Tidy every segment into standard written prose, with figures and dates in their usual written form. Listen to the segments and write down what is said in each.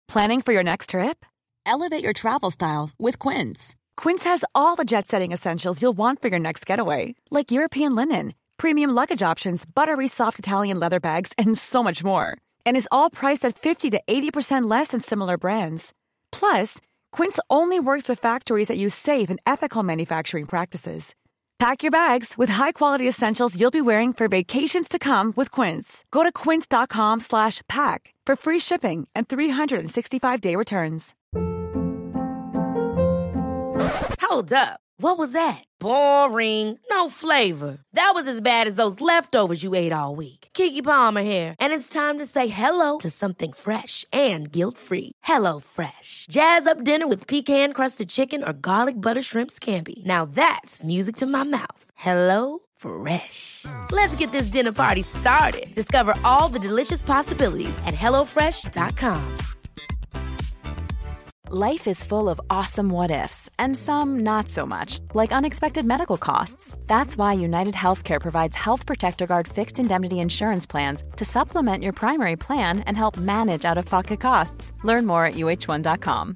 Planning for your next trip? Elevate your travel style with Quince. Quince has all the jet-setting essentials you'll want for your next getaway, like European linen, premium luggage options, buttery soft Italian leather bags, and so much more. And is all priced at 50 to 80% less than similar brands. Plus, Quince only works with factories that use safe and ethical manufacturing practices. Pack your bags with high-quality essentials you'll be wearing for vacations to come with Quince. Go to quince.com/pack for free shipping and 365-day returns. Hold up. What was that? Boring. No flavor. That was as bad as those leftovers you ate all week. Keke Palmer here, and it's time to say hello to something fresh and guilt-free. Hello Fresh. Jazz up dinner with pecan-crusted chicken or garlic butter shrimp scampi. Now that's music to my mouth. Hello Fresh. Let's get this dinner party started. Discover all the delicious possibilities at hellofresh.com. Life is full of awesome what-ifs, and some not so much, like unexpected medical costs. That's why United Healthcare provides Health Protector Guard fixed indemnity insurance plans to supplement your primary plan and help manage out-of-pocket costs. Learn more at uh1.com.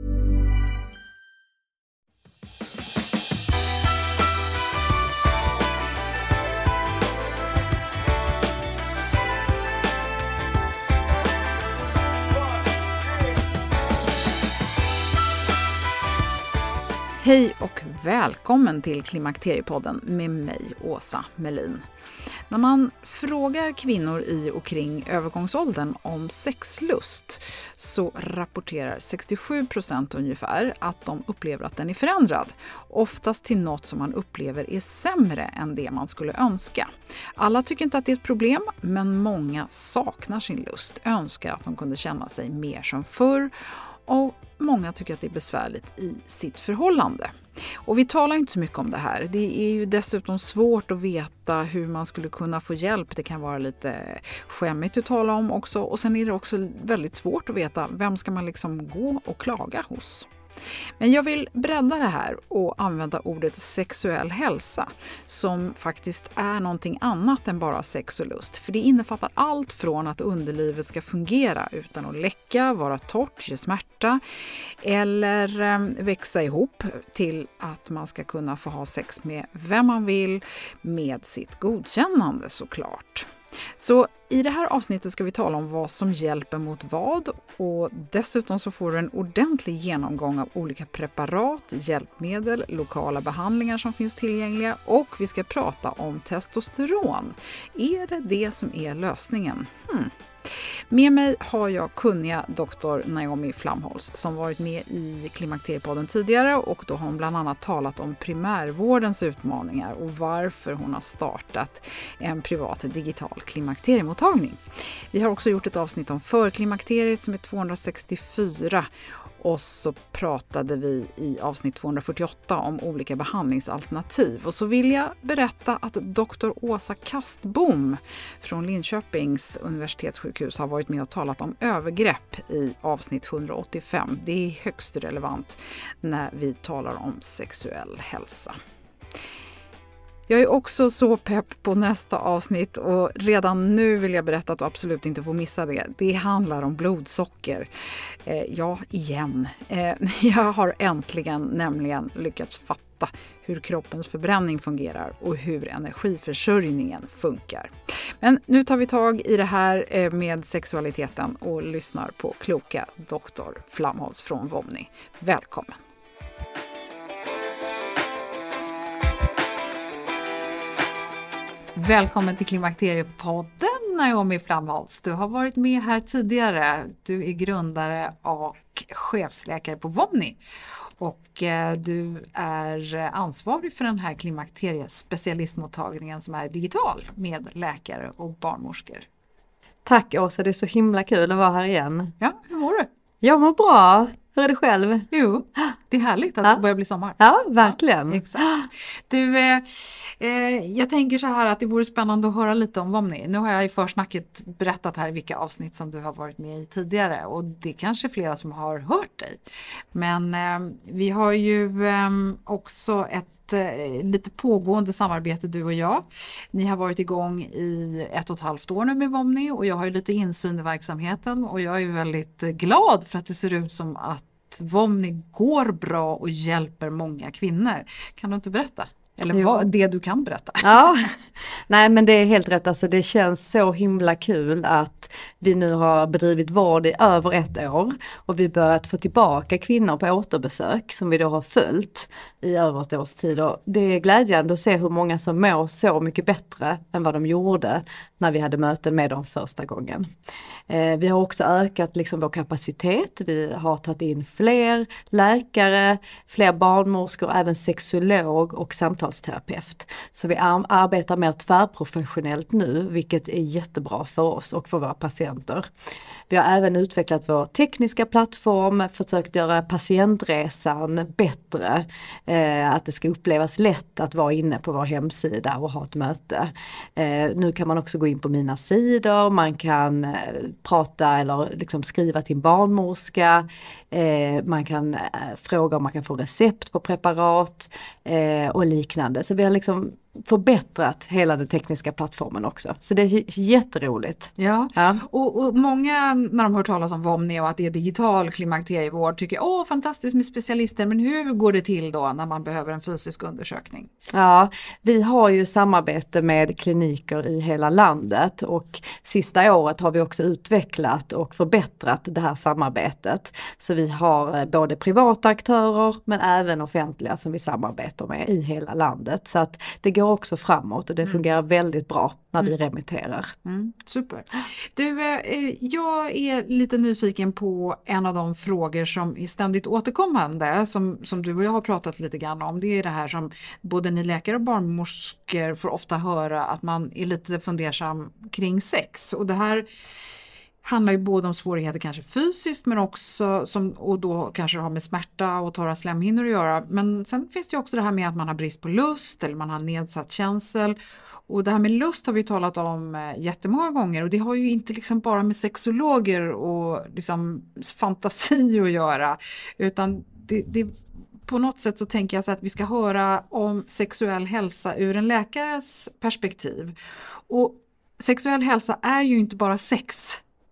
Hej och välkommen till Klimakteriepodden med mig, Åsa Melin. När man frågar kvinnor i och kring övergångsåldern om sexlust så rapporterar 67% ungefär att de upplever att den är förändrad. Oftast till något som man upplever är sämre än det man skulle önska. Alla tycker inte att det är ett problem, men många saknar sin lust, önskar att de kunde känna sig mer som förr. Och många tycker att det är besvärligt i sitt förhållande. Och vi talar inte så mycket om det här. Det är ju dessutom svårt att veta hur man skulle kunna få hjälp. Det kan vara lite skämmigt att tala om också. Och sen är det också väldigt svårt att veta vem ska man liksom gå och klaga hos. Men jag vill bredda det här och använda ordet sexuell hälsa som faktiskt är någonting annat än bara sex och lust. För det innefattar allt från att underlivet ska fungera utan att läcka, vara torrt, ge smärta eller växa ihop till att man ska kunna få ha sex med vem man vill med sitt godkännande såklart. Så i det här avsnittet ska vi tala om vad som hjälper mot vad och dessutom så får du en ordentlig genomgång av olika preparat, hjälpmedel, lokala behandlingar som finns tillgängliga och vi ska prata om testosteron. Är det det som är lösningen? Med mig har jag kunniga doktor Naomi Flamholz som varit med i Klimakteriepodden tidigare och då har hon bland annat talat om primärvårdens utmaningar och varför hon har startat en privat digital klimakteriemottagning. Vi har också gjort ett avsnitt om förklimakteriet som är 264 och så pratade vi i avsnitt 248 om olika behandlingsalternativ. Och så vill jag berätta att Dr. Åsa Kastbom från Linköpings universitetssjukhus har varit med och talat om övergrepp i avsnitt 185. Det är högst relevant när vi talar om sexuell hälsa. Jag är också så pepp på nästa avsnitt och redan nu vill jag berätta att du absolut inte får missa det. Det handlar om blodsocker. Igen. Jag har äntligen nämligen lyckats fatta hur kroppens förbränning fungerar och hur energiförsörjningen funkar. Men nu tar vi tag i det här med sexualiteten och lyssnar på kloka doktor Flamholz från Vomni. Välkommen! Välkommen till Klimakteriepodden, Naomi Flamholz. Du har varit med här tidigare. Du är grundare och chefsläkare på Vomni. Och du är ansvarig för den här klimakteriespecialistmottagningen som är digital med läkare och barnmorskor. Tack Åsa, det är så himla kul att vara här igen. Ja, hur mår du? Jag mår bra. Hur är det själv? Jo, det är härligt att det börjar bli sommar. Ja, verkligen. Ja, exakt. Du, jag tänker så här att det vore spännande att höra lite om Vomni. Nu har jag i försnacket berättat här vilka avsnitt som du har varit med i tidigare. Och det är kanske flera som har hört dig. Men vi har ju också ett ett lite pågående samarbete, du och jag. Ni har varit igång i 1,5 år nu med Vomni och jag har ju lite insyn i verksamheten och jag är väldigt glad för att det ser ut som att Vomni går bra och hjälper många kvinnor. Kan du inte berätta? Eller vad det du kan berätta. Ja, nej men det är helt rätt. Alltså det känns så himla kul att vi nu har bedrivit vård i över 1 år och vi börjat få tillbaka kvinnor på återbesök som vi då har följt i över 1 års tid. Och det är glädjande att se hur många som mår så mycket bättre än vad de gjorde när vi hade möten med dem första gången. Vi har också ökat liksom vår kapacitet. Vi har tagit in fler läkare, fler barnmorskor, även sexolog och samtalsterapeut. Så vi arbetar mer tvärprofessionellt nu, vilket är jättebra för oss och för våra patienter. Vi har även utvecklat vår tekniska plattform, försökt göra patientresan bättre, att det ska upplevas lätt att vara inne på vår hemsida och ha ett möte. Nu kan man också gå in på mina sidor, man kan prata eller liksom skriva till en barnmorska, man kan fråga om man kan få recept på preparat och liknande. Så vi har liksom förbättrat hela den tekniska plattformen också. Så det är jätteroligt. Ja. Och många när de hör talas om Vomni och att det är digital klimakterievård tycker fantastiskt med specialister, men hur går det till då när man behöver en fysisk undersökning? Ja, vi har ju samarbete med kliniker i hela landet och sista året har vi också utvecklat och förbättrat det här samarbetet. Så vi har både privata aktörer men även offentliga som vi samarbetar med i hela landet. Så att det går också framåt och det fungerar väldigt bra när vi remitterar. Super. Du, jag är lite nyfiken på en av de frågor som är ständigt återkommande som du och jag har pratat lite grann om. Det är det här som både ni läkare och barnmorskor får ofta höra, att man är lite fundersam kring sex. Och det här handlar ju både om svårigheter kanske fysiskt men också och då kanske har med smärta och torra slemhinnor att göra. Men sen finns det ju också det här med att man har brist på lust eller man har nedsatt känsel. Och det här med lust har vi talat om jättemånga gånger och det har ju inte liksom bara med sexologer och liksom fantasi att göra, utan det på något sätt så tänker jag så att vi ska höra om sexuell hälsa ur en läkares perspektiv. Och sexuell hälsa är ju inte bara sex.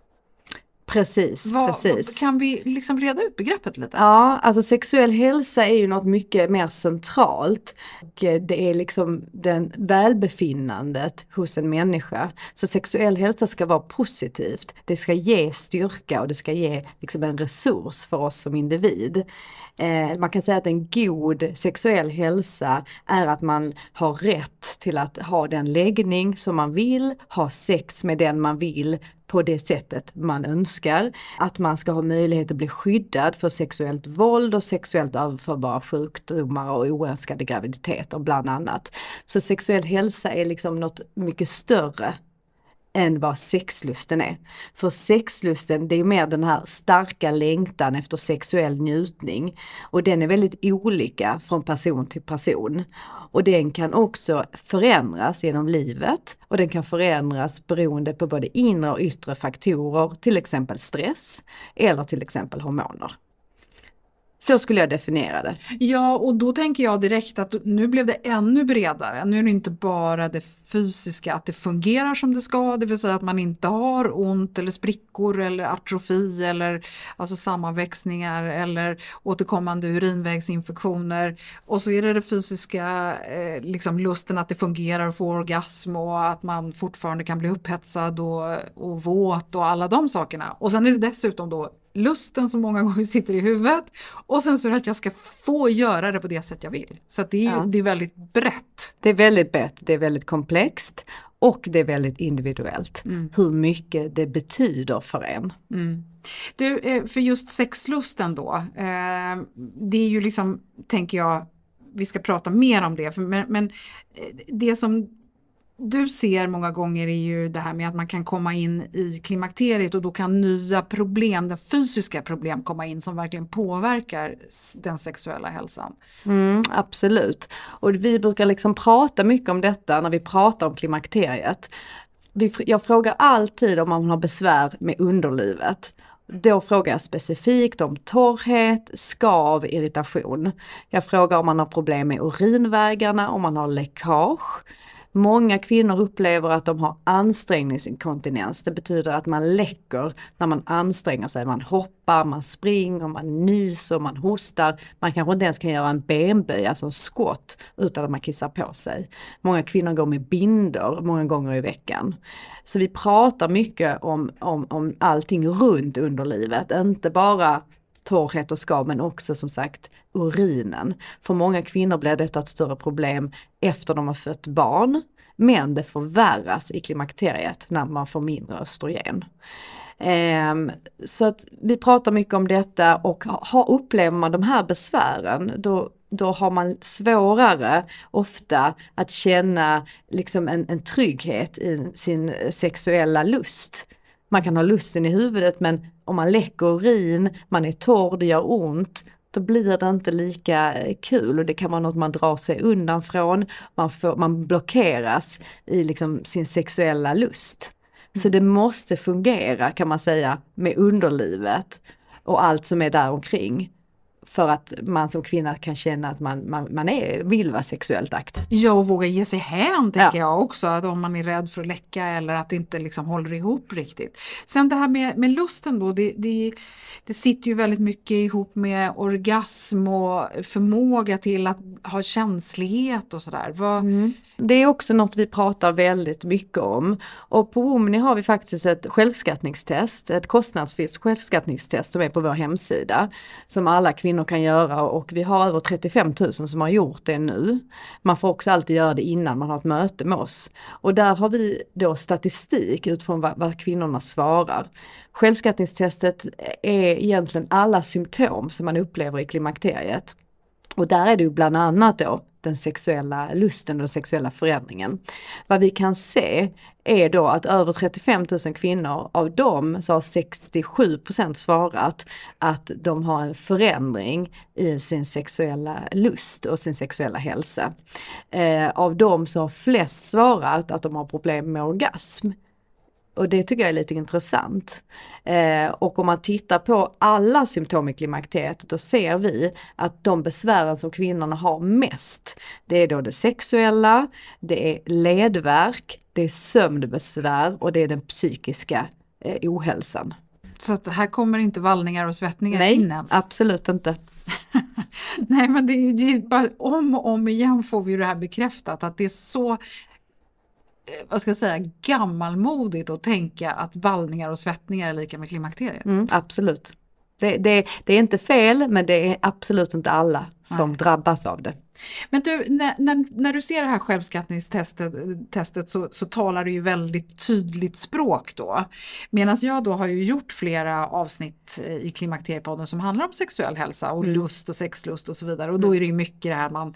Precis. Kan vi liksom reda ut begreppet lite? Ja, alltså sexuell hälsa är ju något mycket mer centralt. Och det är liksom den välbefinnandet hos en människa. Så sexuell hälsa ska vara positivt. Det ska ge styrka och det ska ge liksom en resurs för oss som individ. Man kan säga att en god sexuell hälsa är att man har rätt till att ha den läggning som man vill, ha sex med den man vill på det sättet man önskar. Att man ska ha möjlighet att bli skyddad för sexuellt våld och sexuellt överförbara sjukdomar och oönskade graviditeter bland annat. Så sexuell hälsa är liksom något mycket större än vad sexlusten är. För sexlusten, det är mer den här starka längtan efter sexuell njutning. Och den är väldigt olika från person till person. Och den kan också förändras genom livet. Och den kan förändras beroende på både inre och yttre faktorer, till exempel stress eller till exempel hormoner. Så skulle jag definiera det. Ja, och då tänker jag direkt att nu blev det ännu bredare. Nu är det inte bara det fysiska, att det fungerar som det ska. Det vill säga att man inte har ont eller sprickor eller atrofi eller alltså sammanväxningar eller återkommande urinvägsinfektioner. Och så är det fysiska, liksom lusten att det fungerar och få orgasm och att man fortfarande kan bli upphetsad och våt och alla de sakerna. Och sen är det dessutom då lusten som många gånger sitter i huvudet och sen så är det att jag ska få göra det på det sätt jag vill. Så att det är väldigt brett. Det är väldigt brett, det är väldigt komplext och det är väldigt individuellt. Hur mycket det betyder för en. Du, för just sexlusten då, det är ju liksom, tänker jag, vi ska prata mer om det. Men det som du ser många gånger är ju det här med att man kan komma in i klimakteriet och då kan nya problem, den fysiska problem komma in som verkligen påverkar den sexuella hälsan. Absolut. Och vi brukar liksom prata mycket om detta när vi pratar om klimakteriet. Jag frågar alltid om man har besvär med underlivet. Då frågar jag specifikt om torrhet, skav, irritation. Jag frågar om man har problem med urinvägarna, om man har läckage. Många kvinnor upplever att de har ansträngningsinkontinens. Det betyder att man läcker när man anstränger sig. Man hoppar, man springer, man nyser, man hostar. Man kanske inte ens kan göra en benböj, alltså en squat, utan att man kissar på sig. Många kvinnor går med bindor många gånger i veckan. Så vi pratar mycket om allting runt underlivet, inte bara torrhet och skav, men också som sagt urinen. För många kvinnor blir detta ett större problem efter de har fött barn, men det förvärras i klimakteriet när man får mindre östrogen. Så att vi pratar mycket om detta, och upplever man de här besvären, då har man svårare ofta att känna liksom en trygghet i sin sexuella lust. Man kan ha lusten i huvudet, men om man läcker urin, man är torr, det gör ont, då blir det inte lika kul, och det kan vara något man drar sig undan från. Man blockeras i liksom sin sexuella lust. Så det måste fungera, kan man säga, med underlivet och allt som är där omkring, för att man som kvinna kan känna att man vill vara sexuellt aktiv. Ja, och våga ge sig hän, tänker jag också. Att om man är rädd för att läcka eller att det inte liksom håller ihop riktigt. Sen det här med lusten då, det sitter ju väldigt mycket ihop med orgasm och förmåga till att ha känslighet och sådär. Det är också något vi pratar väldigt mycket om. Och på Womany har vi faktiskt ett självskattningstest, ett kostnadsfritt självskattningstest som är på vår hemsida, som alla kvinnor kan göra, och vi har över 35 000 som har gjort det nu. Man får också alltid göra det innan man har ett möte med oss. Och där har vi då statistik utifrån vad kvinnorna svarar. Självskattningstestet är egentligen alla symptom som man upplever i klimakteriet. Och där är det ju bland annat då den sexuella lusten och den sexuella förändringen. Vad vi kan se är då att över 35 000 kvinnor, av dem så har 67% svarat att de har en förändring i sin sexuella lust och sin sexuella hälsa. Av dem så har flest svarat att de har problem med orgasm. Och det tycker jag är lite intressant. Och om man tittar på alla symptom i klimakteriet, då ser vi att de besvären som kvinnorna har mest, det är då det sexuella, det är ledvärk, det är sömnbesvär och det är den psykiska ohälsan. Så att här kommer inte vallningar och svettningar in ens? Nej, absolut inte. Nej, men det är bara om och om igen får vi ju det här bekräftat, att det är så, vad ska jag säga, gammalmodigt att tänka att vallningar och svettningar är lika med klimakteriet. Absolut. Det är inte fel, men det är absolut inte alla som drabbas av det. Men du, när du ser det här självskattningstestet så talar du ju väldigt tydligt språk då. Medan jag då har ju gjort flera avsnitt i Klimakteriepodden som handlar om sexuell hälsa och lust och sexlust och så vidare. Och då är det ju mycket det här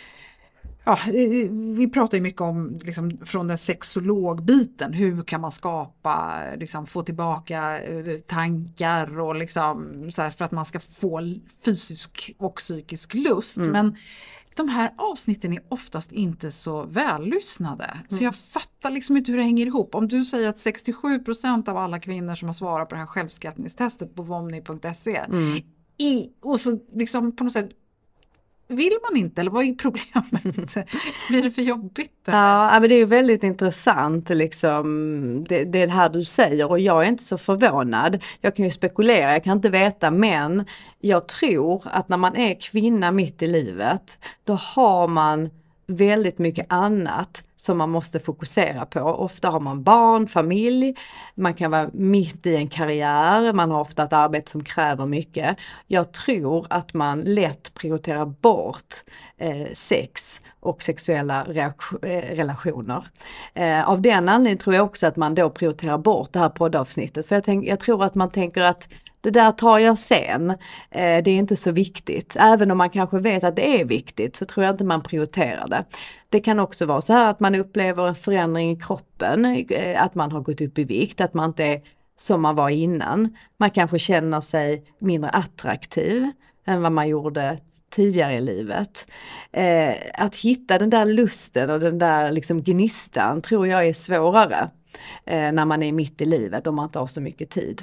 vi pratar ju mycket om liksom, från den sexologbiten, hur kan man skapa, liksom, få tillbaka tankar och liksom, så här, för att man ska få fysisk och psykisk lust. Men de här avsnitten är oftast inte så vällyssnade. Så jag fattar liksom inte hur det hänger ihop. Om du säger att 67% av alla kvinnor som har svarat på det här självskattningstestet på womany.se och så liksom på något sätt vill man inte, eller vad är problemet? Blir det för jobbigt? Eller? Ja, men det är ju väldigt intressant liksom, det här du säger, och jag är inte så förvånad. Jag kan ju spekulera, jag kan inte veta, men jag tror att när man är kvinna mitt i livet, då har man väldigt mycket annat som man måste fokusera på. Ofta har man barn, familj, man kan vara mitt i en karriär, man har ofta ett arbete som kräver mycket. Jag tror att man lätt prioriterar bort sex och sexuella relationer. Av den anledningen tror jag också att man då prioriterar bort det här poddavsnittet. För jag tror att man tänker att det där tar jag sen, det är inte så viktigt. Även om man kanske vet att det är viktigt, så tror jag inte man prioriterar det. Det kan också vara så här att man upplever en förändring i kroppen, att man har gått upp i vikt, att man inte är som man var innan. Man kanske känner sig mindre attraktiv än vad man gjorde tidigare i livet. Att hitta den där lusten och den där liksom gnistan tror jag är svårare när man är mitt i livet och man inte har så mycket tid.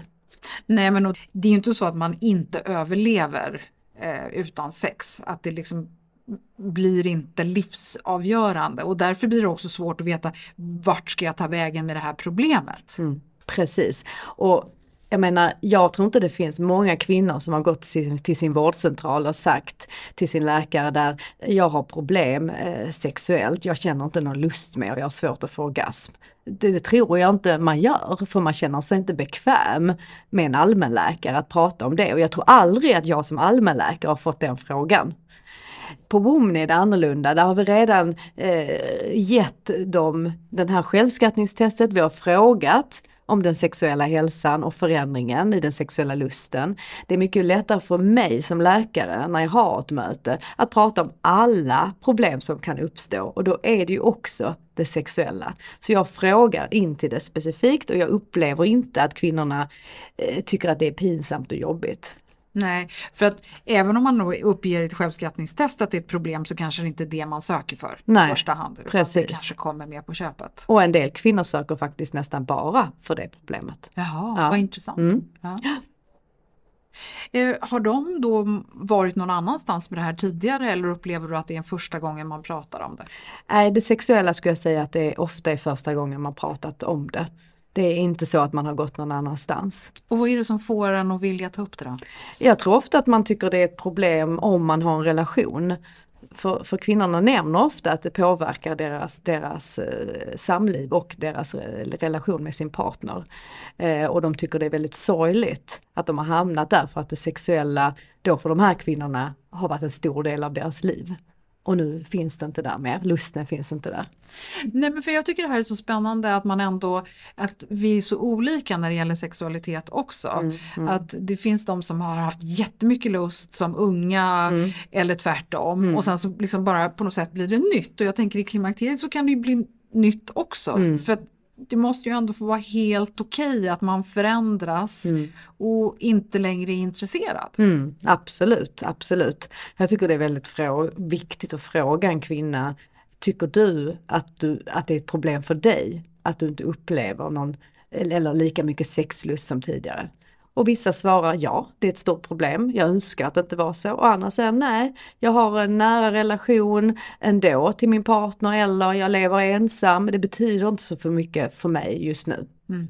Nej, men det är ju inte så att man inte överlever utan sex. Att det liksom blir inte livsavgörande. Och därför blir det också svårt att veta vart ska jag ta vägen med det här problemet. Precis. Och jag menar, jag tror inte det finns många kvinnor som har gått till sin vårdcentral och sagt till sin läkare där jag har problem sexuellt, jag känner inte någon lust mer och jag har svårt att få orgasm. Det tror jag inte man gör, för man känner sig inte bekväm med en allmänläkare att prata om det. Och jag tror aldrig att jag som allmänläkare har fått den frågan. På WOMN är det annorlunda, där har vi redan gett dem den här självskattningstestet, vi har frågat om den sexuella hälsan och förändringen i den sexuella lusten. Det är mycket lättare för mig som läkare när jag har ett möte att prata om alla problem som kan uppstå, och då är det ju också det sexuella. Så jag frågar in till det specifikt och jag upplever inte att kvinnorna tycker att det är pinsamt och jobbigt. Nej, för att även om man uppger ett självskattningstest att det är ett problem, så kanske det inte är det man söker för i första hand. Utan precis. Det kanske kommer med på köpet. Och en del kvinnor söker faktiskt nästan bara för det problemet. Jaha, vad intressant. Ja. Har de då varit någon annanstans med det här tidigare, eller upplever du att det är en första gången man pratar om det? Nej, det sexuella skulle jag säga att det ofta är första gången man pratat om det. Det är inte så att man har gått någon annanstans. Och vad är det som får en att vilja ta upp det då? Jag tror ofta att man tycker det är ett problem om man har en relation. För kvinnorna nämner ofta att det påverkar deras samliv och deras relation med sin partner. Och de tycker det är väldigt sorgligt att de har hamnat där, för att det sexuella då för de här kvinnorna har varit en stor del av deras liv. Och nu finns det inte där mer, lusten finns inte där. Nej, men för jag tycker det här är så spännande att man ändå, att vi är så olika när det gäller sexualitet också. Att det finns de som har haft jättemycket lust som unga eller tvärtom. Och sen så liksom bara på något sätt blir det nytt. Och jag tänker i klimakteriet så kan det ju bli nytt också. För att det måste ju ändå få vara helt okej att man förändras och inte längre är intresserad. Absolut, absolut. Jag tycker det är väldigt viktigt att fråga en kvinna, tycker du att det är ett problem för dig att du inte upplever någon eller lika mycket sexlust som tidigare? Och vissa svarar ja, det är ett stort problem, jag önskar att det inte var så. Och andra säger nej, jag har en nära relation ändå till min partner, eller jag lever ensam, det betyder inte så för mycket för mig just nu.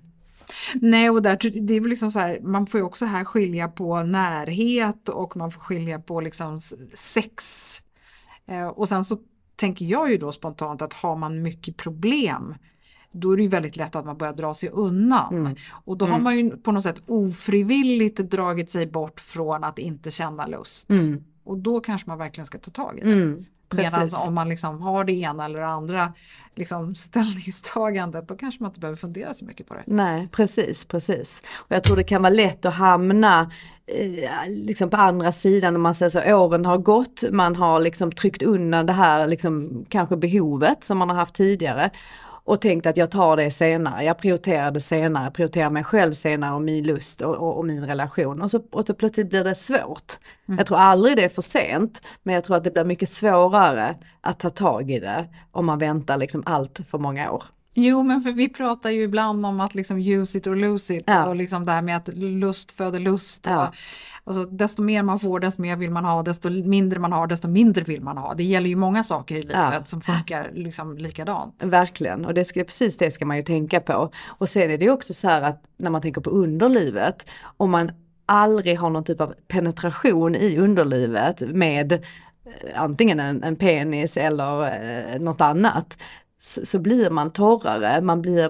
Nej, och det är väl liksom så här, man får ju också här skilja på närhet och man får skilja på liksom sex. Och sen så tänker jag ju då spontant att har man mycket problem, då är det ju väldigt lätt att man börjar dra sig undan. Och då har man ju på något sätt ofrivilligt dragit sig bort från att inte känna lust. Och då kanske man verkligen ska ta tag i det. Medan om man liksom har det ena eller det andra liksom ställningstagandet, då kanske man inte behöver fundera så mycket på det. Nej, precis. Och jag tror det kan vara lätt att hamna liksom på andra sidan, om man säger så, åren har gått, man har liksom tryckt undan det här liksom, kanske behovet som man har haft tidigare. Och tänkt att jag tar det senare, jag prioriterar det senare, prioriterar mig själv senare och min lust och min relation. Och så plötsligt blir det svårt. Jag tror aldrig det är för sent, men jag tror att det blir mycket svårare att ta tag i det om man väntar liksom allt för många år. Jo, men för vi pratar ju ibland om att liksom use it or lose it, och liksom det här med att lust föder lust. Och, alltså, desto mer man får, desto mer vill man ha, desto mindre man har, desto mindre vill man ha. Det gäller ju många saker i livet som funkar liksom likadant. Verkligen, och precis det ska man ju tänka på. Och sen är det ju också så här att när man tänker på underlivet, om man aldrig har någon typ av penetration i underlivet med antingen en penis eller något annat, så blir man torrare, man blir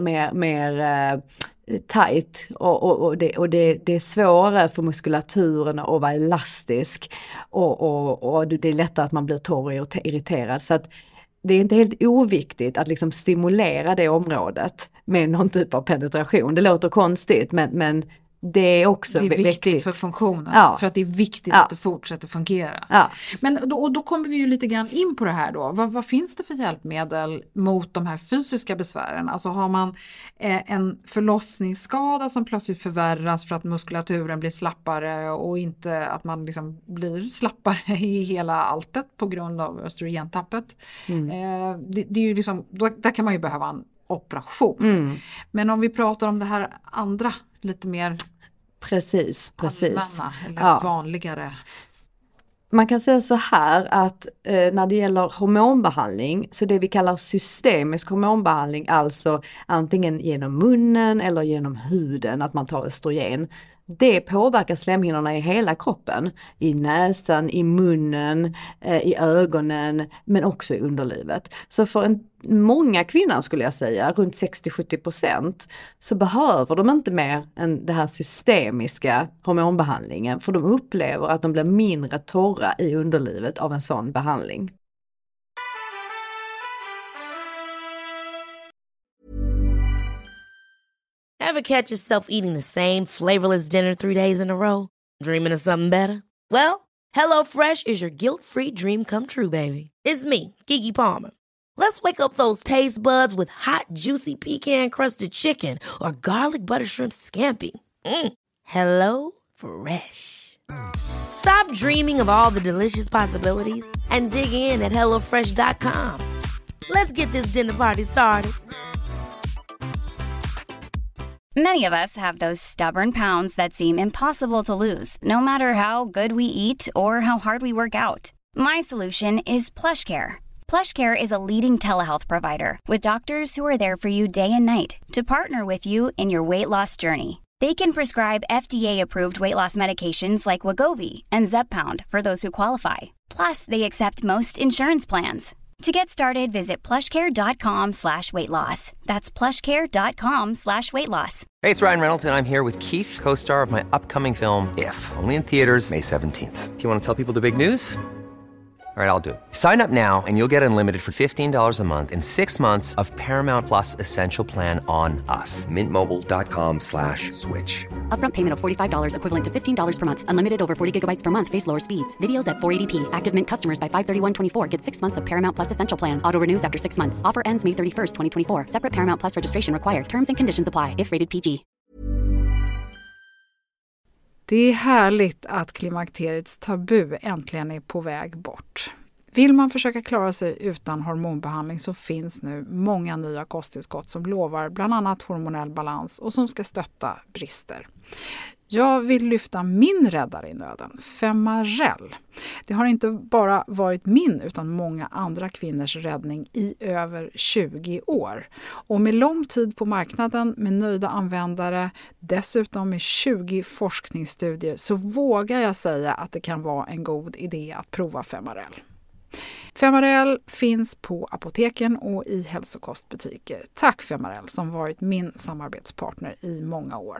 mer tight och det är svårare för muskulaturen att vara elastisk och det är lättare att man blir torr och irriterad. Så att det är inte helt oviktigt att liksom stimulera det området med någon typ av penetration. Det låter konstigt, men det är också viktigt för funktionen, för att det är viktigt att det fortsätter fungera. Men då kommer vi ju lite grann in på det här då. Vad finns det för hjälpmedel mot de här fysiska besvären? Alltså har man en förlossningsskada som plötsligt förvärras för att muskulaturen blir slappare och inte att man liksom blir slappare i hela alltet på grund av östrogentappet. Det är ju liksom, där kan man ju behöva en operation. Men om vi pratar om det här andra lite mer Precis. allmänna eller vanligare. Man kan säga så här att när det gäller hormonbehandling, så det vi kallar systemisk hormonbehandling, alltså antingen genom munnen eller genom huden, att man tar östrogen, det påverkar slemhinnorna i hela kroppen, i näsan, i munnen, i ögonen, men också i underlivet. Så för många kvinnor skulle jag säga, runt 60-70%, så behöver de inte mer än det här systemiska hormonbehandlingen, för de upplever att de blir mindre torra i underlivet av en sån behandling. Ever catch yourself eating the same flavorless dinner 3 days in a row? Dreaming of something better? Well, HelloFresh is your guilt-free dream come true, baby. It's me, Keke Palmer. Let's wake up those taste buds with hot, juicy pecan-crusted chicken or garlic butter shrimp scampi. Hello Fresh. Stop dreaming of all the delicious possibilities and dig in at HelloFresh.com. Let's get this dinner party started. Many of us have those stubborn pounds that seem impossible to lose, no matter how good we eat or how hard we work out. My solution is PlushCare. PlushCare is a leading telehealth provider with doctors who are there for you day and night to partner with you in your weight loss journey. They can prescribe FDA-approved weight loss medications like Wegovy and Zepbound for those who qualify. Plus, they accept most insurance plans. To get started, visit plushcare.com/weightloss. That's plushcare.com/weightloss. Hey, it's Ryan Reynolds, and I'm here with Keith, co-star of my upcoming film, If, only in theaters May 17th. Do you want to tell people the big news? All right, I'll do it. Sign up now and you'll get unlimited for $15 a month and 6 months of Paramount Plus Essential Plan on us. Mintmobile.com/switch. Upfront payment of $45 equivalent to $15 per month. Unlimited over 40 gigabytes per month. Face lower speeds. Videos at 480p. Active Mint customers by 531.24 get 6 months of Paramount Plus Essential Plan. Auto renews after 6 months. Offer ends May 31st, 2024. Separate Paramount Plus registration required. Terms and conditions apply if rated PG. Det är härligt att klimakteriets tabu äntligen är på väg bort. Vill man försöka klara sig utan hormonbehandling så finns nu många nya kosttillskott som lovar bland annat hormonell balans och som ska stötta brister. Jag vill lyfta min räddare i nöden, Femarel. Det har inte bara varit min utan många andra kvinnors räddning i över 20 år. Och med lång tid på marknaden, med nöjda användare, dessutom med 20 forskningsstudier, så vågar jag säga att det kan vara en god idé att prova Femarel. Femarel finns på apoteken och i hälsokostbutiker. Tack Femarel som varit min samarbetspartner i många år.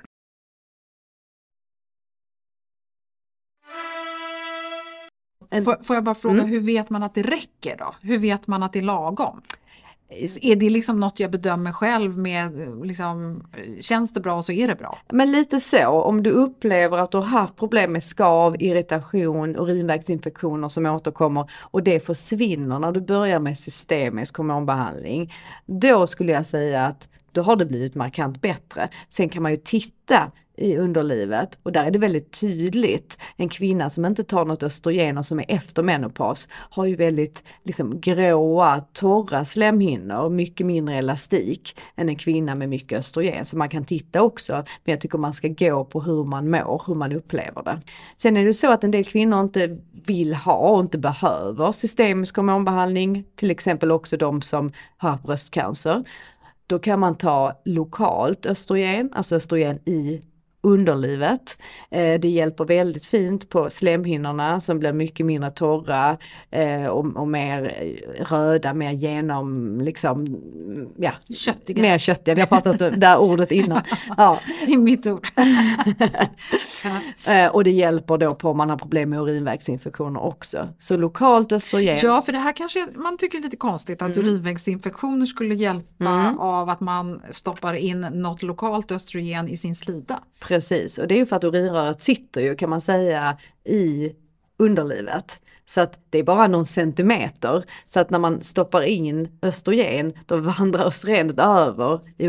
Får jag bara fråga, hur vet man att det räcker då? Hur vet man att det är lagom? Är det liksom något jag bedömer själv med, liksom, känns det bra så är det bra? Men lite så, om du upplever att du har haft problem med skav, irritation, urinvägsinfektioner som återkommer och det försvinner när du börjar med systemisk hormonbehandling, då skulle jag säga att då har det blivit markant bättre. Sen kan man ju titta i underlivet och där är det väldigt tydligt. En kvinna som inte tar något östrogen och som är efter menopaus har ju väldigt liksom gråa, torra slemhinnor, mycket mindre elastik än en kvinna med mycket östrogen. Så man kan titta också, men jag tycker man ska gå på hur man mår, hur man upplever det. Sen är det så att en del kvinnor inte vill ha och inte behöver systemisk hormonbehandling, till exempel också de som har bröstcancer. Då kan man ta lokalt östrogen, alltså östrogen i underlivet. Det hjälper väldigt fint på slemhinnorna som blir mycket mindre torra och mer röda, mer genom liksom, ja, köttiga. Mer köttiga. Vi har pratat om det här ordet innan. Ja. Det är mitt ord. Och det hjälper då på om man har problem med urinvägsinfektioner också. Så lokalt östrogen. Ja, för det här kanske man tycker är lite konstigt att urinvägsinfektioner skulle hjälpa av att man stoppar in något lokalt östrogen i sin slida. Precis, och det är ju för att urinröret sitter ju, kan man säga, i underlivet. Så att det är bara någon centimeter. Så att när man stoppar in östrogen, då vandrar östrogenet över i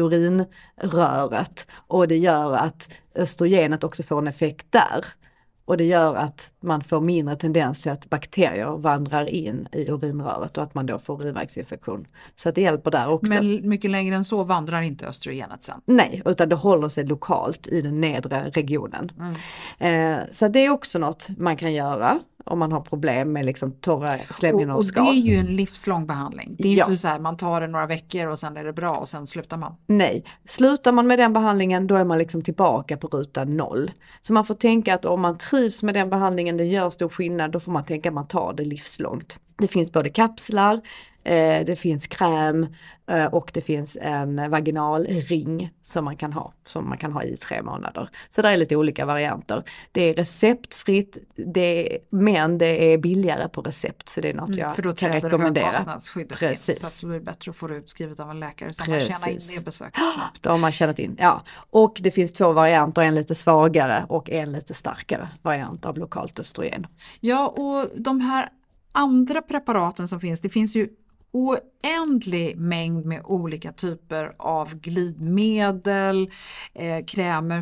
urinröret. Och det gör att östrogenet också får en effekt där. Och det gör att man får mindre tendens till att bakterier vandrar in i urinröret och att man då får urinvägsinfektion. Så att det hjälper där också. Men mycket längre än så vandrar inte östrogenet sen? Nej, utan det håller sig lokalt i den nedre regionen. Så det är också något man kan göra om man har problem med liksom torra slemhinnor och skal. Och det är ju en livslång behandling. Det är inte så här man tar det några veckor och sen är det bra och sen slutar man. Nej, slutar man med den behandlingen då är man liksom tillbaka på ruta 0. Så man får tänka att om man trivs med den behandlingen, det gör stor skillnad, då får man tänka att man tar det livslångt. Det finns både kapslar, det finns kräm och det finns en vaginal ring som man kan ha i 3 månader. Så det är lite olika varianter. Det är receptfritt, men det är billigare på recept, så det är något jag för då kan rekommendera. För då träder högkostnadsskyddet in, så att det blir bättre att få det utskrivet av en läkare så man tjänar in det besöket snabbt. Då har man tjänat in, ja. Och det finns 2 varianter, en lite svagare och en lite starkare variant av lokalt östrogen. Ja, och de här andra preparaten som finns, det finns ju oändlig mängd med olika typer av glidmedel, krämer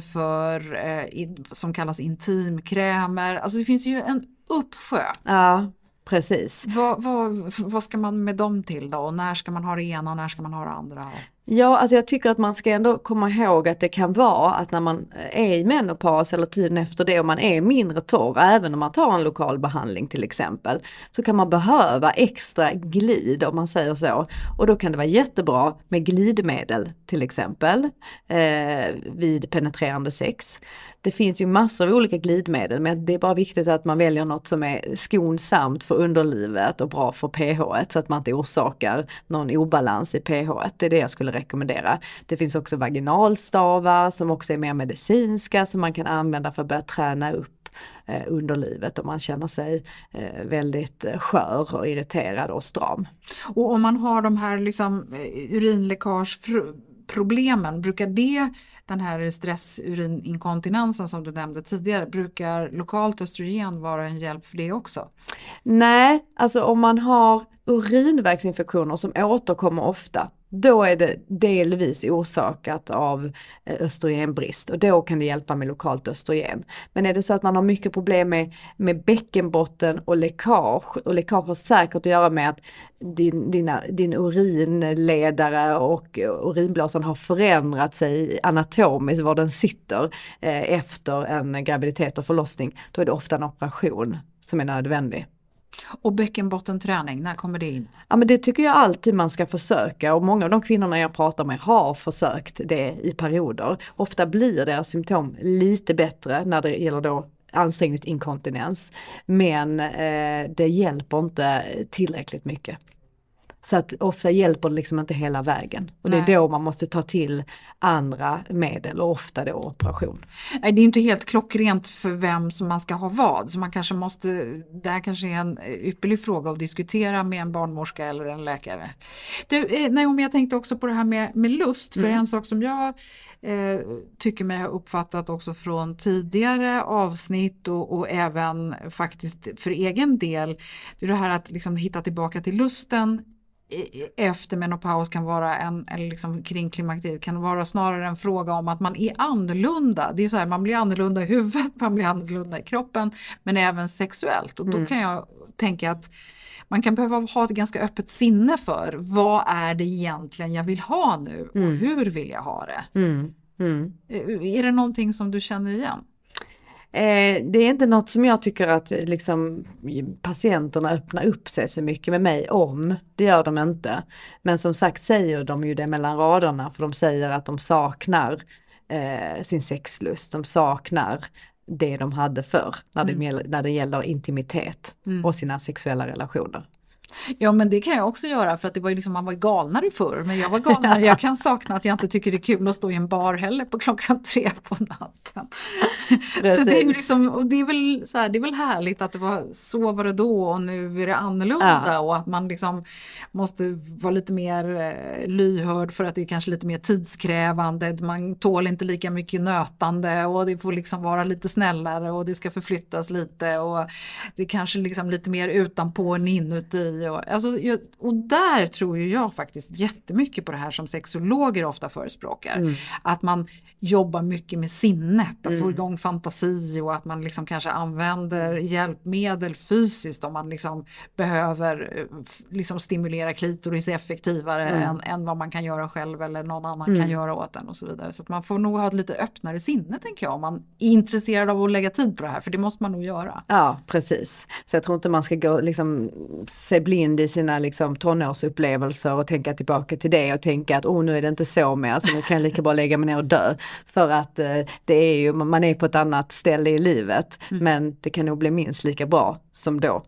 som kallas intimkrämer. Alltså det finns ju en uppsjö. Ja, precis. Vad ska man med dem till då? Och när ska man ha det ena och när ska man ha det andra? Ja, alltså jag tycker att man ska ändå komma ihåg att det kan vara att när man är i menopaus eller tiden efter det och man är mindre torr, även om man tar en lokal behandling till exempel, så kan man behöva extra glid om man säger så. Och då kan det vara jättebra med glidmedel till exempel vid penetrerande sex. Det finns ju massor av olika glidmedel, men det är bara viktigt att man väljer något som är skonsamt för underlivet och bra för pH-et så att man inte orsakar någon obalans i pH-et. Det är det jag skulle rekommendera. Det finns också vaginalstavar som också är mer medicinska som man kan använda för att börja träna upp underlivet om man känner sig väldigt skör och irriterad och stram. Och om man har de här liksom urinläckageproblemen, brukar den här stressurininkontinensen som du nämnde tidigare, brukar lokalt östrogen vara en hjälp för det också? Nej, alltså om man har urinvägsinfektioner som återkommer ofta, då är det delvis orsakat av östrogenbrist och då kan det hjälpa med lokalt östrogen. Men är det så att man har mycket problem med bäckenbotten och läckage har säkert att göra med att din urinledare och urinblåsan har förändrat sig anatomiskt var den sitter efter en graviditet och förlossning, då är det ofta en operation som är nödvändig. Och bäckenbottenträning, när kommer det in? Ja, men det tycker jag alltid man ska försöka, och många av de kvinnorna jag pratar med har försökt det i perioder. Ofta blir deras symptom lite bättre när det gäller då ansträngningsinkontinens, men det hjälper inte tillräckligt mycket. Så att ofta hjälper det liksom inte hela vägen. Och det är då man måste ta till andra medel och ofta då operation. Nej, det är inte helt klockrent för vem som man ska ha vad. Så man kanske det här kanske är en ypperlig fråga att diskutera med en barnmorska eller en läkare. Du, Naomi, jag tänkte också på det här med lust. För en sak som jag tycker mig ha uppfattat också från tidigare avsnitt och även faktiskt för egen del. Det är det här att liksom hitta tillbaka till lusten efter menopaus kan vara eller liksom kring klimakteriet kan vara snarare en fråga om att man är annorlunda. Det är så här, man blir annorlunda i huvudet, man blir annorlunda i kroppen, men även sexuellt. Och då kan jag tänka att man kan behöva ha ett ganska öppet sinne för vad är det egentligen jag vill ha nu och hur vill jag ha det? Är det någonting som du känner igen? Det är inte något som jag tycker att liksom, patienterna öppnar upp sig så mycket med mig om. Det gör de inte. Men som sagt säger de ju det mellan raderna, för de säger att de saknar sin sexlust. De saknar det de hade förr när det gäller intimitet och sina sexuella relationer. Ja, men det kan jag också göra, för att det var ju liksom, man var galnare förr, men jag var galnare. Jag kan sakna att jag inte tycker det är kul att stå i en bar heller på 3:00 på natten. Så det är ju liksom, och det är väl så här, det är väl härligt att det var så var det då och nu är det annorlunda och att man liksom måste vara lite mer lyhörd för att det är kanske lite mer tidskrävande. Man tål inte lika mycket nötande och det får liksom vara lite snällare och det ska förflyttas lite och det är kanske liksom lite mer utanpå än inuti. fantasi. Och där tror ju jag faktiskt jättemycket på det här som sexologer ofta förespråkar. Att man jobbar mycket med sinnet, att få igång fantasi och att man liksom kanske använder hjälpmedel fysiskt om man liksom behöver liksom stimulera klitoris effektivare än vad man kan göra själv eller någon annan kan göra åt den och så vidare. Så att man får nog ha ett lite öppnare sinne, tänker jag, om man är intresserad av att lägga tid på det här, för det måste man nog göra. Ja, precis. Så jag tror inte man ska gå liksom se blind i sina liksom tonårsupplevelser och tänka tillbaka till det och tänka att nu är det inte så mer, så nu kan jag lika bra lägga mig ner och dö. För att det är ju, man är på ett annat ställe i livet, men det kan nog bli minst lika bra som då.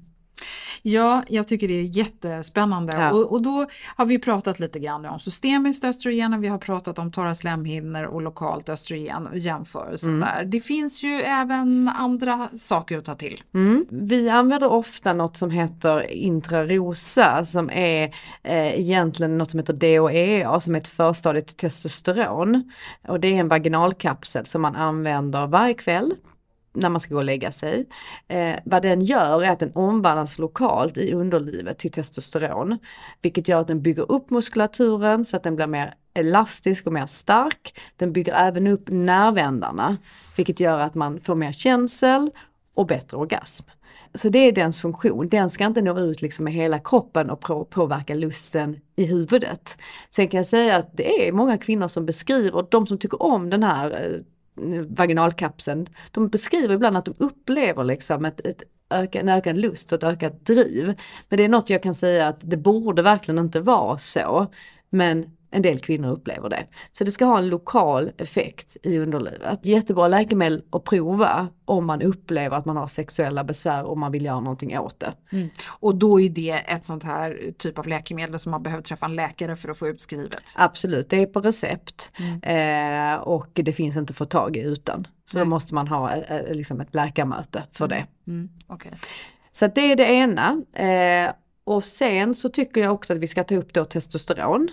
Ja, jag tycker det är jättespännande. Ja. Och då har vi pratat lite grann om systemiskt östrogen och vi har pratat om torra slemhinnor och lokalt östrogen och jämförelsen där. Det finns ju även andra saker att ta till. Vi använder ofta något som heter intrarosa, som är egentligen något som heter DHEA, som är ett förstadie till testosteron. Och det är en vaginalkapsel som man använder varje kväll när man ska gå och lägga sig. Vad den gör är att den omvandlas lokalt i underlivet till testosteron. Vilket gör att den bygger upp muskulaturen så att den blir mer elastisk och mer stark. Den bygger även upp nervändarna. Vilket gör att man får mer känsel och bättre orgasm. Så det är dens funktion. Den ska inte nå ut liksom med hela kroppen och påverka lusten i huvudet. Sen kan jag säga att det är många kvinnor som beskriver, de som tycker om den här vaginalkapseln, de beskriver ibland att de upplever liksom en ökad lust och ett ökat driv. Men det är något jag kan säga att det borde verkligen inte vara så, men en del kvinnor upplever det. Så det ska ha en lokal effekt i underlivet. Jättebra läkemedel att prova om man upplever att man har sexuella besvär och man vill göra någonting åt det. Och då är det ett sånt här typ av läkemedel som man behöver träffa en läkare för att få utskrivet? Absolut, det är på recept och det finns inte att få tag i utan. Så då måste man ha liksom ett läkarmöte för det. Okay. Så det är det ena. Och sen så tycker jag också att vi ska ta upp då testosteron.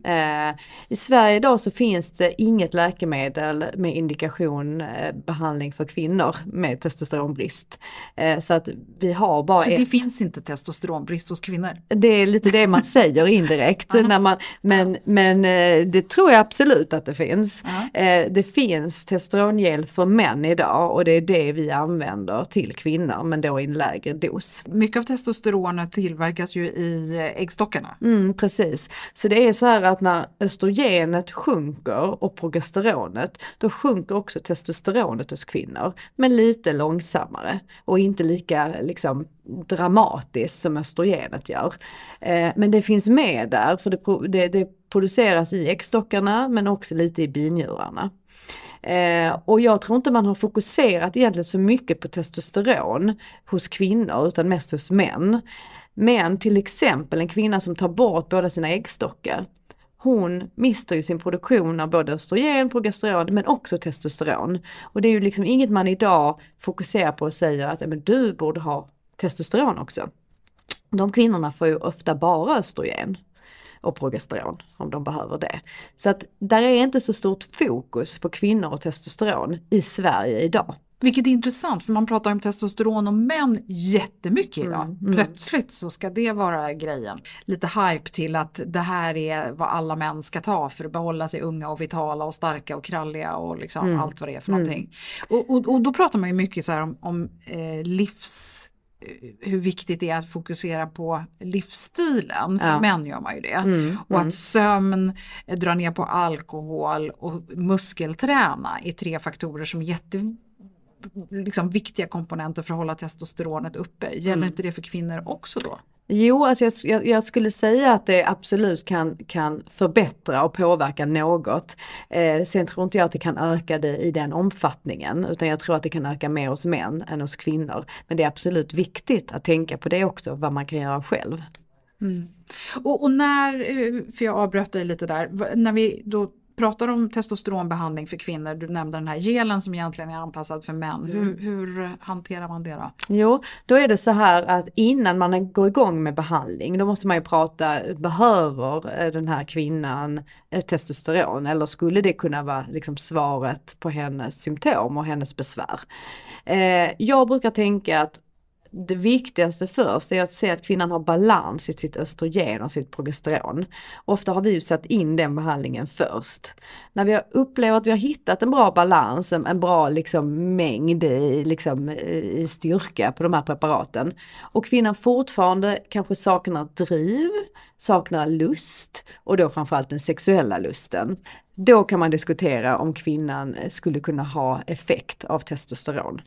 I Sverige idag så finns det inget läkemedel med indikation behandling för kvinnor med testosteronbrist. Så att vi har bara så det finns inte testosteronbrist hos kvinnor? Det är lite det man säger indirekt. Men det tror jag absolut att det finns. Det finns testosterongel för män idag och det är det vi använder till kvinnor, men då i en lägre dos. Mycket av testosteronet tillverkas ju i äggstockarna. Precis. Så det är så här att när östrogenet sjunker och progesteronet, då sjunker också testosteronet hos kvinnor. Men lite långsammare och inte lika liksom dramatiskt som östrogenet gör. Men det finns med där, för det produceras i äggstockarna men också lite i binjurarna. Och jag tror inte man har fokuserat egentligen så mycket på testosteron hos kvinnor utan mest hos män. Men till exempel en kvinna som tar bort båda sina äggstockar, hon mister ju sin produktion av både östrogen, progesteron men också testosteron. Och det är ju liksom inget man idag fokuserar på och säger att men du borde ha testosteron också. De kvinnorna får ju ofta bara östrogen och progesteron om de behöver det. Så att där är inte så stort fokus på kvinnor och testosteron i Sverige idag. Vilket är intressant, för man pratar om testosteron och män jättemycket idag. Plötsligt så ska det vara grejen. Lite hype till att det här är vad alla män ska ta för att behålla sig unga och vitala och starka och kralliga och liksom allt vad det är för någonting. Och då pratar man ju mycket så här om hur viktigt det är att fokusera på livsstilen. För män gör man ju det. Och att sömn, dra ner på alkohol och muskelträna är 3 faktorer som är liksom viktiga komponenter för att hålla testosteronet uppe. Gäller inte det för kvinnor också då? Jo, alltså jag skulle säga att det absolut kan förbättra och påverka något. Sen tror inte jag att det kan öka det i den omfattningen, utan jag tror att det kan öka mer hos män än hos kvinnor. Men det är absolut viktigt att tänka på det också, vad man kan göra själv. Och när, för jag avbröt dig lite där, när vi då pratar om testosteronbehandling för kvinnor, du nämnde den här gelen som egentligen är anpassad för män. Hur hanterar man det då? Jo, då är det så här att innan man går igång med behandling, då måste man ju prata, behöver den här kvinnan testosteron eller skulle det kunna vara liksom svaret på hennes symptom och hennes besvär? Jag brukar tänka att det viktigaste först är att se att kvinnan har balans i sitt östrogen och sitt progesteron. Ofta har vi ju satt in den behandlingen först. När vi har upplevt att vi har hittat en bra balans, en bra liksom mängd i styrka på de här preparaten, och kvinnan fortfarande kanske saknar driv, saknar lust, och då framförallt den sexuella lusten, då kan man diskutera om kvinnan skulle kunna ha effekt av testosteron.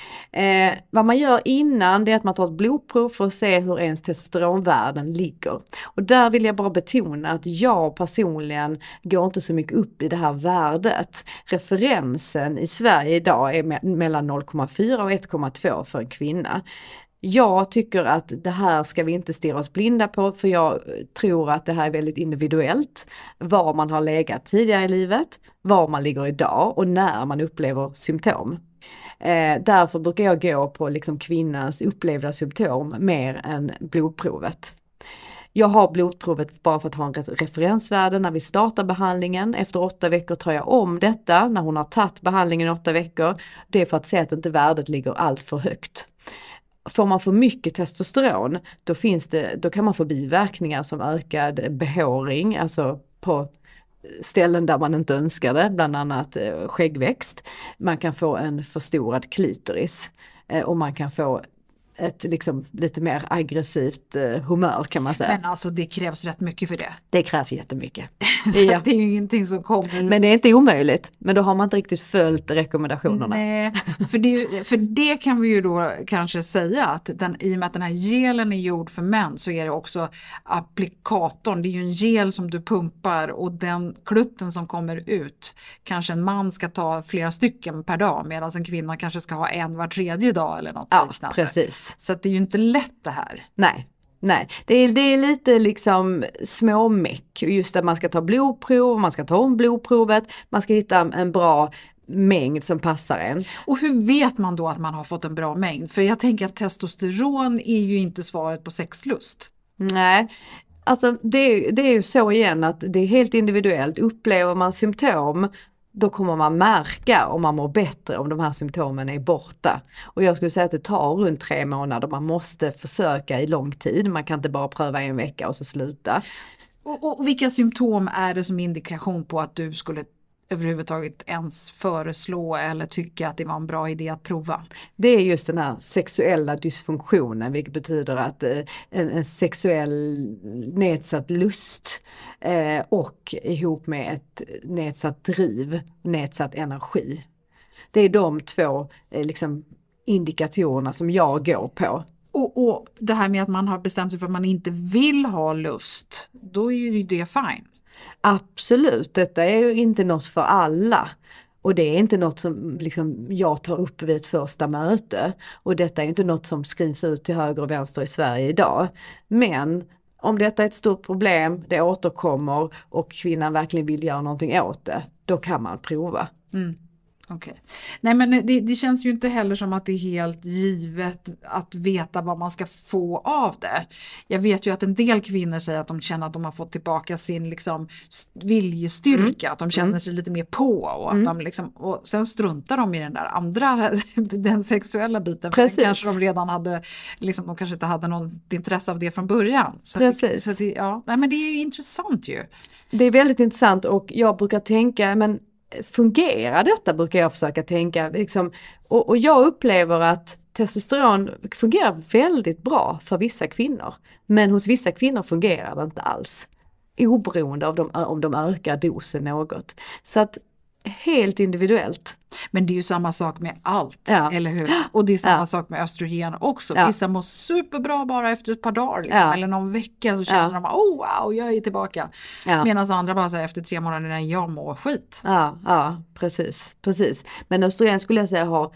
Vad man gör innan, det är att man tar ett blodprov för att se hur ens testosteronvärden ligger. Och där vill jag bara betona att jag personligen går inte så mycket upp i det här värdet. Referensen i Sverige idag är mellan 0,4 och 1,2 för en kvinna. Jag tycker att det här ska vi inte stirra oss blinda på, för jag tror att det här är väldigt individuellt. Var man har legat tidigare i livet, var man ligger idag och när man upplever symptom. Därför brukar jag gå på liksom kvinnans upplevda symptom mer än blodprovet. Jag har blodprovet bara för att ha en referensvärde när vi startar behandlingen. Efter 8 veckor tar jag om detta när hon har tagit behandlingen 8 veckor. Det är för att se att inte värdet ligger allt för högt. Får man för mycket testosteron, då kan man få biverkningar som ökad behåring, alltså på ställen där man inte önskar det, bland annat skäggväxt. Man kan få en förstorad klitoris och man kan få ett liksom lite mer aggressivt humör, kan man säga. Men alltså det krävs rätt mycket för det. Det krävs jättemycket. Ja. Det är ju ingenting som kommer. Men det är inte omöjligt. Men då har man inte riktigt följt rekommendationerna. Nej, för det kan vi ju då kanske säga att i och med att den här gelen är gjord för män, så är det också applikatorn. Det är ju en gel som du pumpar, och den klutten som kommer ut, kanske en man ska ta flera stycken per dag, medan en kvinna kanske ska ha en var tredje dag eller något liknande. Precis. Så att det är ju inte lätt det här. Nej, det är lite liksom småmäck. Just att man ska ta blodprov, man ska ta om blodprovet, man ska hitta en bra mängd som passar en. Och hur vet man då att man har fått en bra mängd? För jag tänker att testosteron är ju inte svaret på sexlust. Nej, alltså det är ju så igen att det är helt individuellt. Upplever man symptom, då kommer man märka om man mår bättre om de här symptomen är borta. Och jag skulle säga att det tar runt 3 månader. Man måste försöka i lång tid. Man kan inte bara pröva 1 vecka och så sluta. Och vilka symptom är det som indikation på att du skulle överhuvudtaget ens föreslå eller tycka att det var en bra idé att prova? Det är just den här sexuella dysfunktionen, vilket betyder att en sexuell nedsatt lust och ihop med ett nedsatt driv, nedsatt energi. Det är de 2 liksom indikatorerna som jag går på. Och det här med att man har bestämt sig för att man inte vill ha lust, då är ju det fine. Absolut, detta är ju inte något för alla. Och det är inte något som liksom jag tar upp vid ett första möte. Och detta är inte något som skrivs ut till höger och vänster i Sverige idag. Men om detta är ett stort problem, det återkommer och kvinnan verkligen vill göra någonting åt det, då kan man prova. Okej. Nej, men det känns ju inte heller som att det är helt givet att veta vad man ska få av det. Jag vet ju att en del kvinnor säger att de känner att de har fått tillbaka sin liksom viljestyrka, att de känner sig lite mer på, och att de liksom, och sen struntar de i den där andra, den sexuella biten. För den kanske de redan hade, liksom, de kanske inte hade något intresse av det från början. Så nej, men det är ju intressant ju. Det är väldigt intressant, och jag brukar tänka, men fungerar detta, brukar jag försöka tänka liksom, och jag upplever att testosteron fungerar väldigt bra för vissa kvinnor, men hos vissa kvinnor fungerar det inte alls, oberoende av om de ökar dosen något. Så att helt individuellt. Men det är ju samma sak med allt, eller hur? Och det är samma sak med östrogen också. Vissa mår superbra bara efter ett par dagar liksom, eller någon vecka så känner de wow, jag är tillbaka. Medan andra bara säger efter 3 månader när jag mår skit. Ja, precis. Men östrogen skulle jag säga har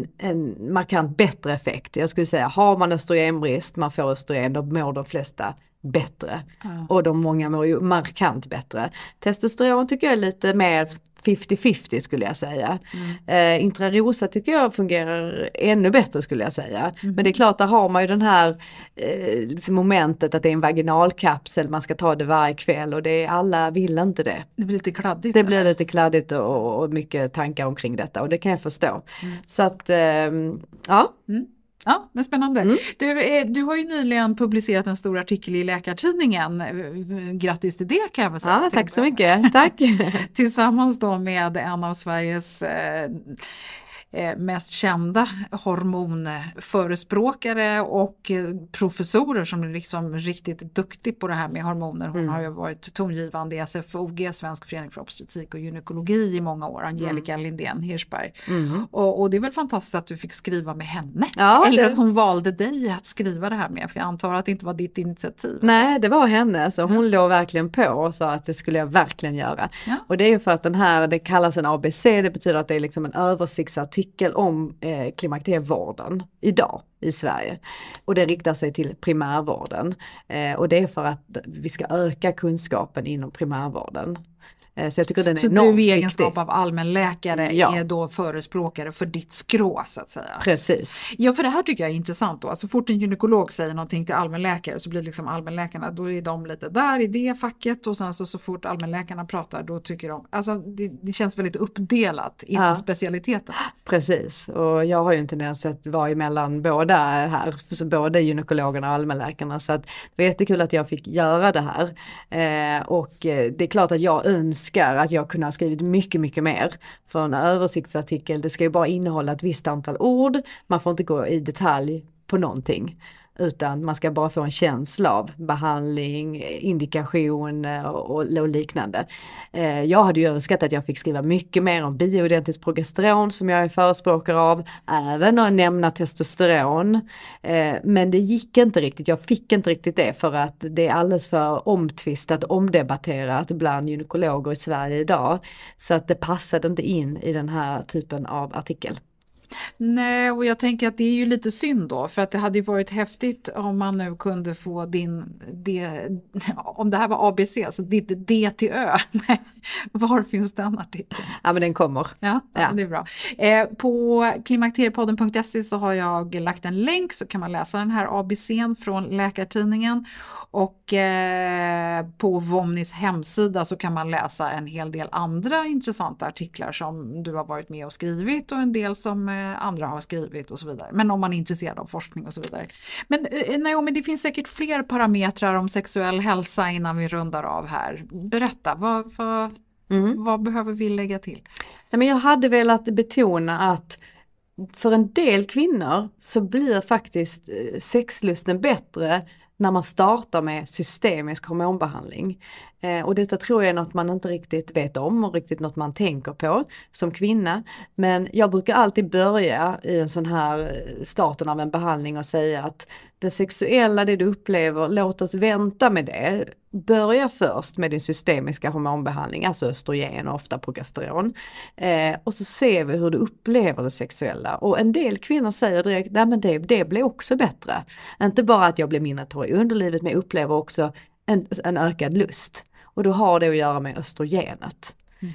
en markant bättre effekt. Jag skulle säga, har man östrogenbrist, man får östrogen, då mår de flesta bättre. Och de många mår ju markant bättre. Testosteron tycker jag är lite mer 50-50 skulle jag säga. Intrarosa tycker jag fungerar ännu bättre skulle jag säga. Men det är klart, där har man ju den här liksom momentet att det är en vaginalkapsel, man ska ta det varje kväll, och alla vill inte det. Det blir lite kladdigt. Det blir lite kladdigt och mycket tankar omkring detta, och det kan jag förstå. Så att Ja, men spännande. Du har ju nyligen publicerat en stor artikel i Läkartidningen. Grattis till det kan jag väl säga. Ja, tack så mycket. Tack. Tillsammans då med en av Sveriges mest kända hormonförespråkare och professorer som är liksom riktigt duktig på det här med hormoner. Hon har ju varit tongivande i SFOG, Svensk förening för obstetrik och gynekologi i många år, Angelica Lindén Hirschberg. Och det är väl fantastiskt att du fick skriva med henne. Ja, eller att hon valde dig att skriva det här med, för jag antar att det inte var ditt initiativ. Nej, det var henne. Så hon låg verkligen på och sa att det skulle jag verkligen göra. Ja. Och det är ju för att den här, det kallas en ABC, det betyder att det är liksom en översiktsartikel om klimakterievården idag i Sverige. Och det riktar sig till primärvården. Och det är för att vi ska öka kunskapen inom primärvården. Så jag tycker den är så enormt du i egenskap viktig. Av allmänläkare är då förespråkare för ditt skrå så att säga. Precis. Ja, för det här tycker jag är intressant då. Så fort en gynekolog säger någonting till allmänläkare så blir liksom allmänläkarna, då är de lite där i det facket, och sen så fort allmänläkarna pratar då tycker de, alltså det känns väldigt uppdelat inom specialiteten. Precis, och jag har ju en tendens att vara emellan båda här, så både gynekologerna och allmänläkarna, så att det var jättekul att jag fick göra det här. Och det är klart att jag önskar att jag kunde ha skrivit mycket, mycket mer. För en översiktsartikel, det ska ju bara innehålla ett visst antal ord. Man får inte gå i detalj på någonting. Utan man ska bara få en känsla av behandling, indikation och liknande. Jag hade ju önskat att jag fick skriva mycket mer om bioidentiskt progesteron som jag är förespråkare av. Även att nämna testosteron. Men det gick inte riktigt. Jag fick inte riktigt det för att det är alldeles för omtvistat, omdebatterat bland gynekologer i Sverige idag. Så att det passade inte in i den här typen av artikel. Nej, och jag tänker att det är ju lite synd då, för att det hade ju varit häftigt om man nu kunde få om det här var ABC, så ditt D till Ö. Var finns den artikeln? Ja, men den kommer. Ja. Det är bra. På klimakteriepodden.se så har jag lagt en länk, så kan man läsa den här ABC:n från Läkartidningen. Och på Vomnis hemsida så kan man läsa en hel del andra intressanta artiklar som du har varit med och skrivit, och en del som andra har skrivit och så vidare. Men om man är intresserad av forskning och så vidare. Men Naomi, det finns säkert fler parametrar om sexuell hälsa innan vi rundar av här. Berätta, vad behöver vi lägga till? Ja, men jag hade velat betona att för en del kvinnor så blir faktiskt sexlusten bättre när man startar med systemisk hormonbehandling. Och detta tror jag är något man inte riktigt vet om och riktigt något man tänker på som kvinna. Men jag brukar alltid börja i en sån här starten av en behandling och säga att det sexuella, det du upplever, låt oss vänta med det. Börja först med din systemiska hormonbehandling, alltså östrogen och ofta progesteron. Och så ser vi hur du upplever det sexuella. Och en del kvinnor säger direkt, nej men det blir också bättre. Inte bara att jag blir mindre torr i underlivet, men jag upplever också en ökad lust. Och då har det att göra med östrogenet.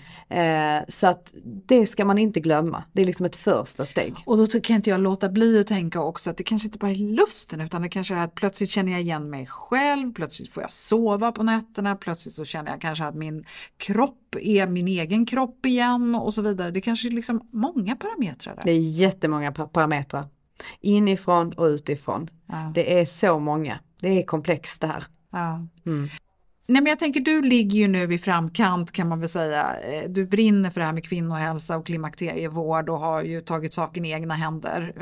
Så att det ska man inte glömma. Det är liksom ett första steg. Och då kan inte jag låta bli att tänka också att det kanske inte bara är lusten, utan det kanske är att plötsligt känner jag igen mig själv, plötsligt får jag sova på nätterna, plötsligt så känner jag kanske att min kropp är min egen kropp igen och så vidare. Det kanske är liksom många parametrar där. Det är jättemånga parametrar. Inifrån och utifrån. Ja. Det är så många. Det är komplext det här. Ja. Nej, men jag tänker, du ligger ju nu i framkant kan man väl säga. Du brinner för det här med kvinnohälsa och klimakterievård och har ju tagit saken i egna händer.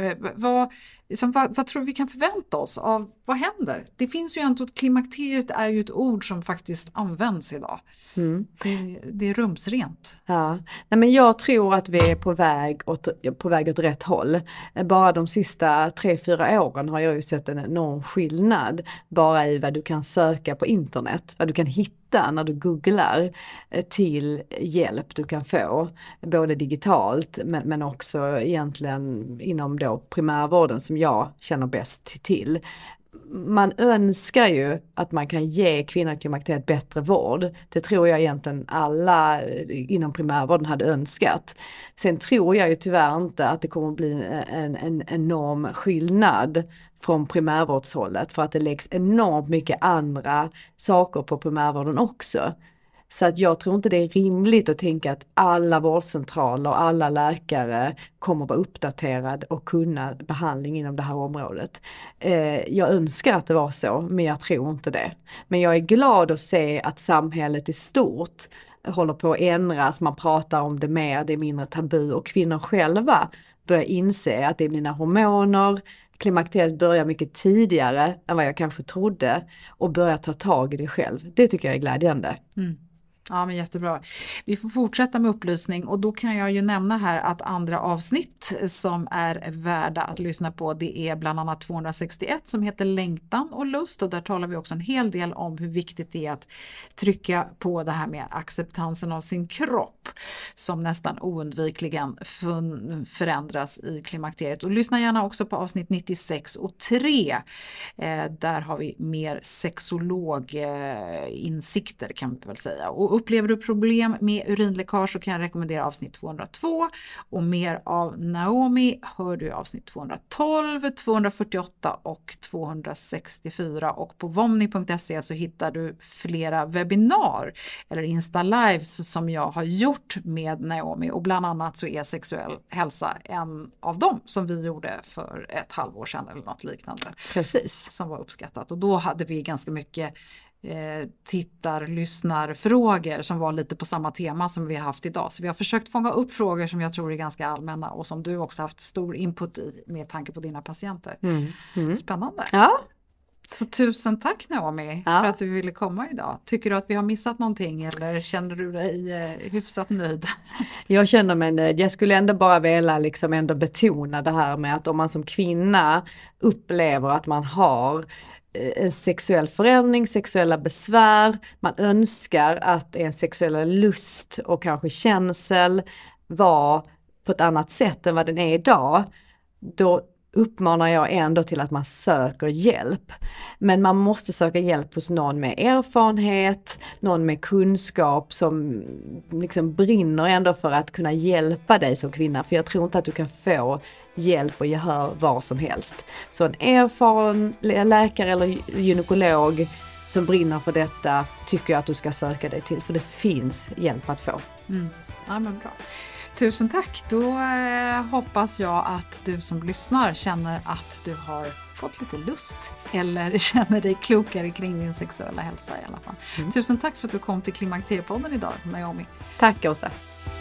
Vad tror vi kan förvänta oss av, vad händer? Det finns ju ändå, klimakteriet är ju ett ord som faktiskt används idag. Det är rumsrent. Ja. Nej, men jag tror att vi är på väg åt rätt håll. Bara de sista 3-4 åren har jag ju sett en enorm skillnad bara i vad du kan söka på internet, vad du kan hitta när du googlar till hjälp du kan få, både digitalt men också egentligen inom då primärvården som jag känner bäst till. Man önskar ju att man kan ge kvinnor i klimakteriet bättre vård. Det tror jag egentligen alla inom primärvården hade önskat. Sen tror jag ju tyvärr inte att det kommer att bli en enorm skillnad från primärvårdshållet, för att det läggs enormt mycket andra saker på primärvården också. Så att jag tror inte det är rimligt att tänka att alla vårdcentraler och alla läkare kommer att vara uppdaterade och kunna behandling inom det här området. Jag önskar att det var så, men jag tror inte det. Men jag är glad att se att samhället i stort håller på att ändras. Man pratar om det mer, det är mindre tabu och kvinnor själva börjar inse att det är mina hormoner. Klimakteriet börjar mycket tidigare än vad jag kanske trodde och börjar ta tag i det själv. Det tycker jag är glädjande. Ja, men jättebra. Vi får fortsätta med upplysning och då kan jag ju nämna här att andra avsnitt som är värda att lyssna på, det är bland annat 261 som heter Längtan och lust, och där talar vi också en hel del om hur viktigt det är att trycka på det här med acceptansen av sin kropp som nästan oundvikligen förändras i klimakteriet. Och lyssna gärna också på avsnitt 96 och 3. Där har vi mer sexologinsikter kan vi väl säga. Och upplever du problem med urinläckage så kan jag rekommendera avsnitt 202, och mer av Naomi hör du i avsnitt 212, 248 och 264, och på vomni.se så hittar du flera webbinar eller Insta-lives som jag har gjort med Naomi, och bland annat så är sexuell hälsa en av dem som vi gjorde för ett halvår sedan eller något liknande. Precis. Som var uppskattat, och då hade vi ganska mycket lyssnarfrågor som var lite på samma tema som vi har haft idag. Så vi har försökt fånga upp frågor som jag tror är ganska allmänna och som du också haft stor input i med tanke på dina patienter. Spännande. Ja. Så tusen tack Naomi för att du ville komma idag. Tycker du att vi har missat någonting eller känner du dig hyfsat nöjd? Jag känner mig nöjd. Jag skulle ändå bara vilja liksom ändå betona det här med att om man som kvinna upplever att man har en sexuell förändring, sexuella besvär, man önskar att en sexuella lust och kanske känsel var på ett annat sätt än vad den är idag, då uppmanar jag ändå till att man söker hjälp. Men man måste söka hjälp hos någon med erfarenhet, någon med kunskap som liksom brinner ändå för att kunna hjälpa dig som kvinna. För jag tror inte att du kan få hjälp och gehör var som helst. Så en erfaren läkare eller gynekolog som brinner för detta tycker jag att du ska söka dig till. För det finns hjälp att få. Ja, men bra. Tusen tack. Då hoppas jag att du som lyssnar känner att du har fått lite lust eller känner dig klokare kring din sexuella hälsa i alla fall. Tusen tack för att du kom till Klimakteriepodden idag, Naomi. Tack Åsa.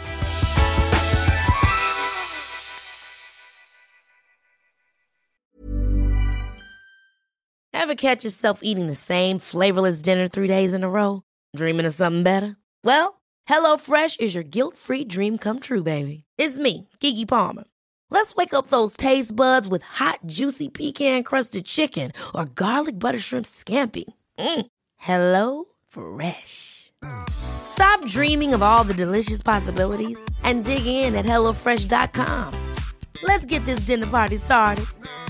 Ever catch yourself eating the same flavorless dinner 3 days in a row? Dreaming of something better? Well, HelloFresh is your guilt-free dream come true, baby. It's me, Keke Palmer. Let's wake up those taste buds with hot, juicy pecan-crusted chicken or garlic butter shrimp scampi. Hello Fresh. Stop dreaming of all the delicious possibilities and dig in at HelloFresh.com. Let's get this dinner party started.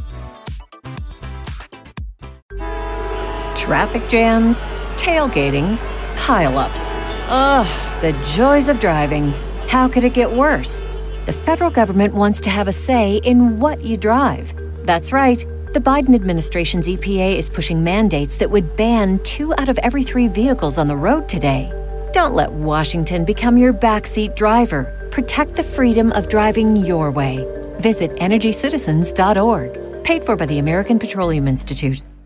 Traffic jams, tailgating, pile-ups. Ugh, the joys of driving. How could it get worse? The federal government wants to have a say in what you drive. That's right. The Biden administration's EPA is pushing mandates that would ban 2 out of every 3 vehicles on the road today. Don't let Washington become your backseat driver. Protect the freedom of driving your way. Visit EnergyCitizens.org. Paid for by the American Petroleum Institute.